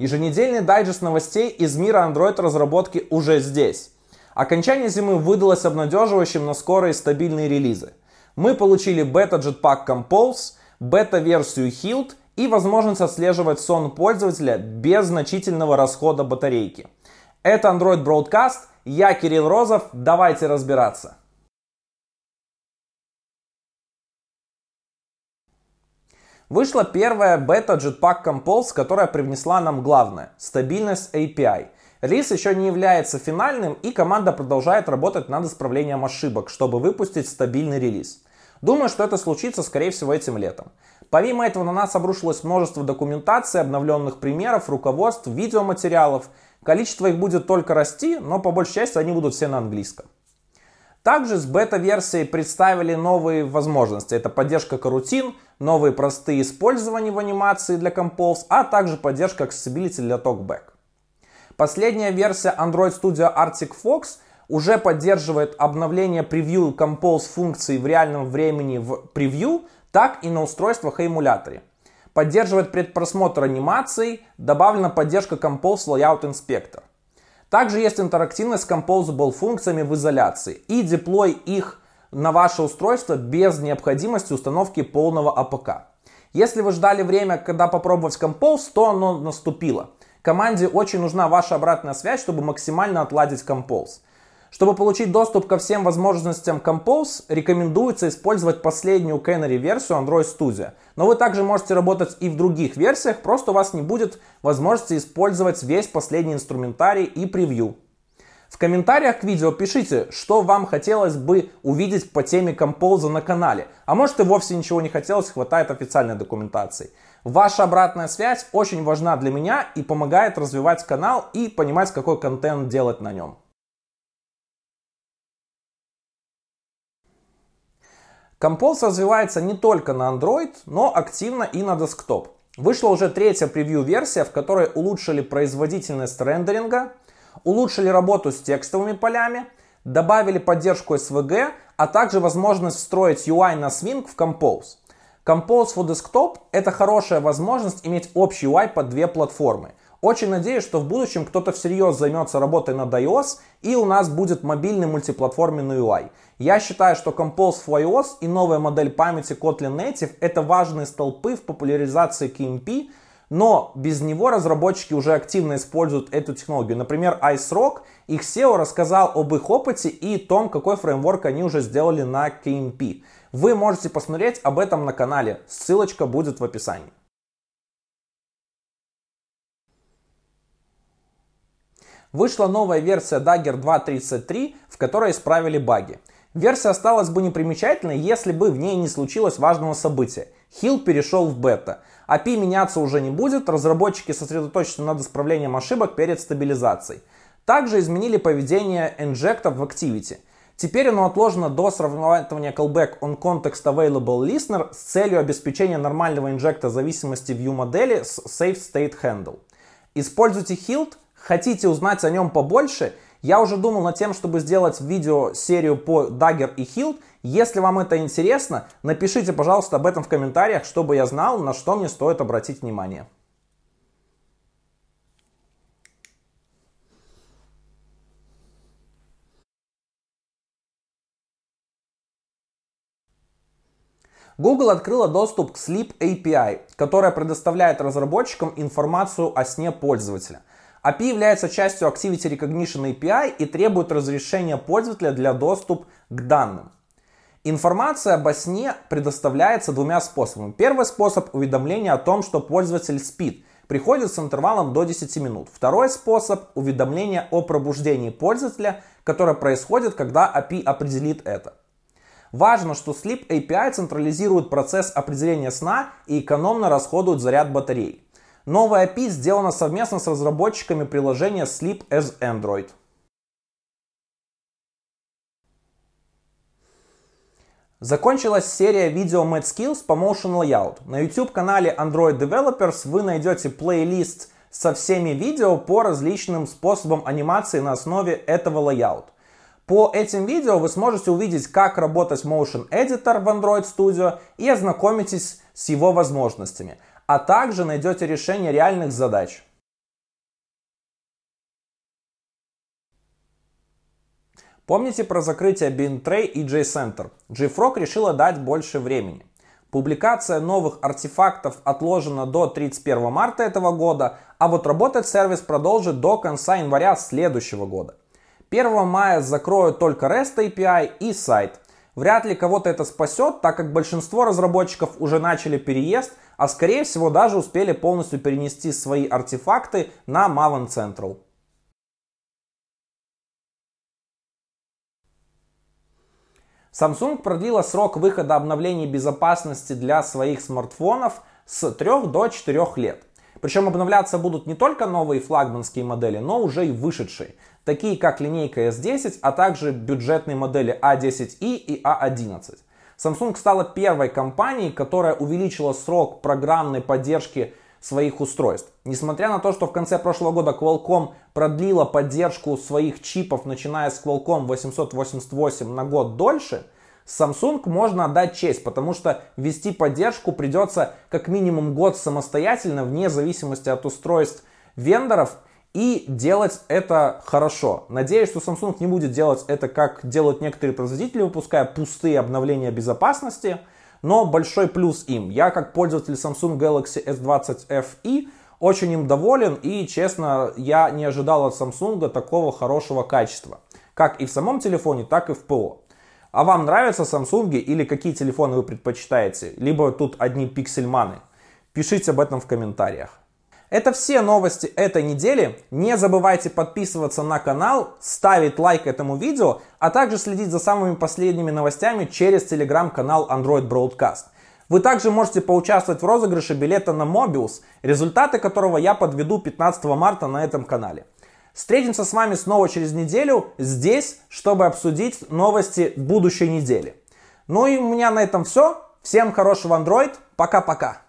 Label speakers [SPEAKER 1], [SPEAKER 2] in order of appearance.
[SPEAKER 1] Еженедельный дайджест новостей из мира Android-разработки уже здесь. Окончание зимы выдалось обнадеживающим на скорые стабильные релизы. Мы получили бета Jetpack Compose, бета-версию Hilt и возможность отслеживать сон пользователя без значительного расхода батарейки. Это Android Broadcast, я Кирилл Розов, давайте разбираться. Вышла первая бета Jetpack Compose, которая привнесла нам главное – стабильность API. Релиз еще не является финальным, и команда продолжает работать над исправлением ошибок, чтобы выпустить стабильный релиз. Думаю, что это случится, скорее всего, этим летом. Помимо этого на нас обрушилось множество документаций, обновленных примеров, руководств, видеоматериалов. Количество их будет только расти, но по большей части они будут все на английском. Также с бета-версией представили новые возможности. Это поддержка корутин, новые простые использования в анимации для Compose, а также поддержка Accessibility для TalkBack. Последняя версия Android Studio Arctic Fox уже поддерживает обновление превью Compose функций в реальном времени в превью, так и на устройствах и эмуляторе. Поддерживает предпросмотр анимаций, добавлена поддержка Compose Layout Inspector. Также есть интерактивность с Composable функциями в изоляции и деплой их на ваше устройство без необходимости установки полного APK. Если вы ждали время, когда попробовать Compose, то оно наступило. Команде очень нужна ваша обратная связь, чтобы максимально отладить Compose. Чтобы получить доступ ко всем возможностям Compose, рекомендуется использовать последнюю Canary версию Android Studio. Но вы также можете работать и в других версиях, просто у вас не будет возможности использовать весь последний инструментарий и превью. В комментариях к видео пишите, что вам хотелось бы увидеть по теме Compose на канале. А может и вовсе ничего не хотелось, хватает официальной документации. Ваша обратная связь очень важна для меня и помогает развивать канал и понимать, какой контент делать на нем. Compose развивается не только на Android, но активно и на десктоп. Вышла уже третья превью-версия, в которой улучшили производительность рендеринга, улучшили работу с текстовыми полями, добавили поддержку SVG, а также возможность встроить UI на Swing в Compose. Compose for Desktop – это хорошая возможность иметь общий UI под две платформы. Очень надеюсь, что в будущем кто-то всерьез займется работой над iOS и у нас будет мобильный мультиплатформенный UI. Я считаю, что Compose for iOS и новая модель памяти Kotlin Native – это важные столпы в популяризации KMP, но без него разработчики уже активно используют эту технологию. Например, IceRock, их SEO рассказал об их опыте и том, какой фреймворк они уже сделали на KMP. Вы можете посмотреть об этом на канале, ссылочка будет в описании. Вышла новая версия Dagger 2.33, в которой исправили баги. Версия осталась бы непримечательной, если бы в ней не случилось важного события. Hilt перешел в бета. API меняться уже не будет, разработчики сосредоточатся над исправлением ошибок перед стабилизацией. Также изменили поведение инжектов в Activity. Теперь оно отложено до срабатывания callback on context available listener с целью обеспечения нормального инжекта зависимости view модели с safe state handle. Используйте Hilt. Хотите узнать о нем побольше? Я уже думал над тем, чтобы сделать видео-серию по Dagger и Hilt. Если вам это интересно, напишите, пожалуйста, об этом в комментариях, чтобы я знал, на что мне стоит обратить внимание. Google открыла доступ к Sleep API, которая предоставляет разработчикам информацию о сне пользователя. API является частью Activity Recognition API и требует разрешения пользователя для доступа к данным. Информация обо сне предоставляется двумя способами. Первый способ – уведомление о том, что пользователь спит, приходит с интервалом до 10 минут. Второй способ – уведомление о пробуждении пользователя, которое происходит, когда API определит это. Важно, что Sleep API централизирует процесс определения сна и экономно расходует заряд батареи. Новая API сделана совместно с разработчиками приложения Sleep as Android. Закончилась серия видео Mad Skills по Motion Layout. На YouTube-канале Android Developers вы найдете плейлист со всеми видео по различным способам анимации на основе этого layout. По этим видео вы сможете увидеть, как работать Motion Editor в Android Studio и ознакомитесь с его возможностями, а также найдете решение реальных задач. Помните про закрытие Bintray и JCenter? JFrog решила дать больше времени. Публикация новых артефактов отложена до 31 марта этого года, а вот работать сервис продолжит до конца января следующего года. 1 мая закроют только REST API и сайт. Вряд ли кого-то это спасет, так как большинство разработчиков уже начали переезд, а скорее всего даже успели полностью перенести свои артефакты на Maven Central. Samsung продлила срок выхода обновлений безопасности для своих смартфонов с 3 до 4 лет. Причем обновляться будут не только новые флагманские модели, но уже и вышедшие, такие как линейка S10, а также бюджетные модели A10i и A11. Samsung стала первой компанией, которая увеличила срок программной поддержки своих устройств. Несмотря на то, что в конце прошлого года Qualcomm продлила поддержку своих чипов, начиная с Qualcomm 888 на год дольше, Samsung можно отдать честь, потому что ввести поддержку придется как минимум год самостоятельно, вне зависимости от устройств вендоров, и делать это хорошо. Надеюсь, что Samsung не будет делать это, как делают некоторые производители, выпуская пустые обновления безопасности, но большой плюс им. Я, как пользователь Samsung Galaxy S20 FE, очень им доволен, и, честно, я не ожидал от Samsung такого хорошего качества, как и в самом телефоне, так и в ПО. А вам нравятся Samsung или какие телефоны вы предпочитаете? Либо тут одни пиксельманы? Пишите об этом в комментариях. Это все новости этой недели. Не забывайте подписываться на канал, ставить лайк этому видео, а также следить за самыми последними новостями через телеграм-канал Android Broadcast. Вы также можете поучаствовать в розыгрыше билета на Mobius, результаты которого я подведу 15 марта на этом канале. Встретимся с вами снова через неделю здесь, чтобы обсудить новости будущей недели. Ну и у меня на этом все. Всем хорошего Android. Пока-пока.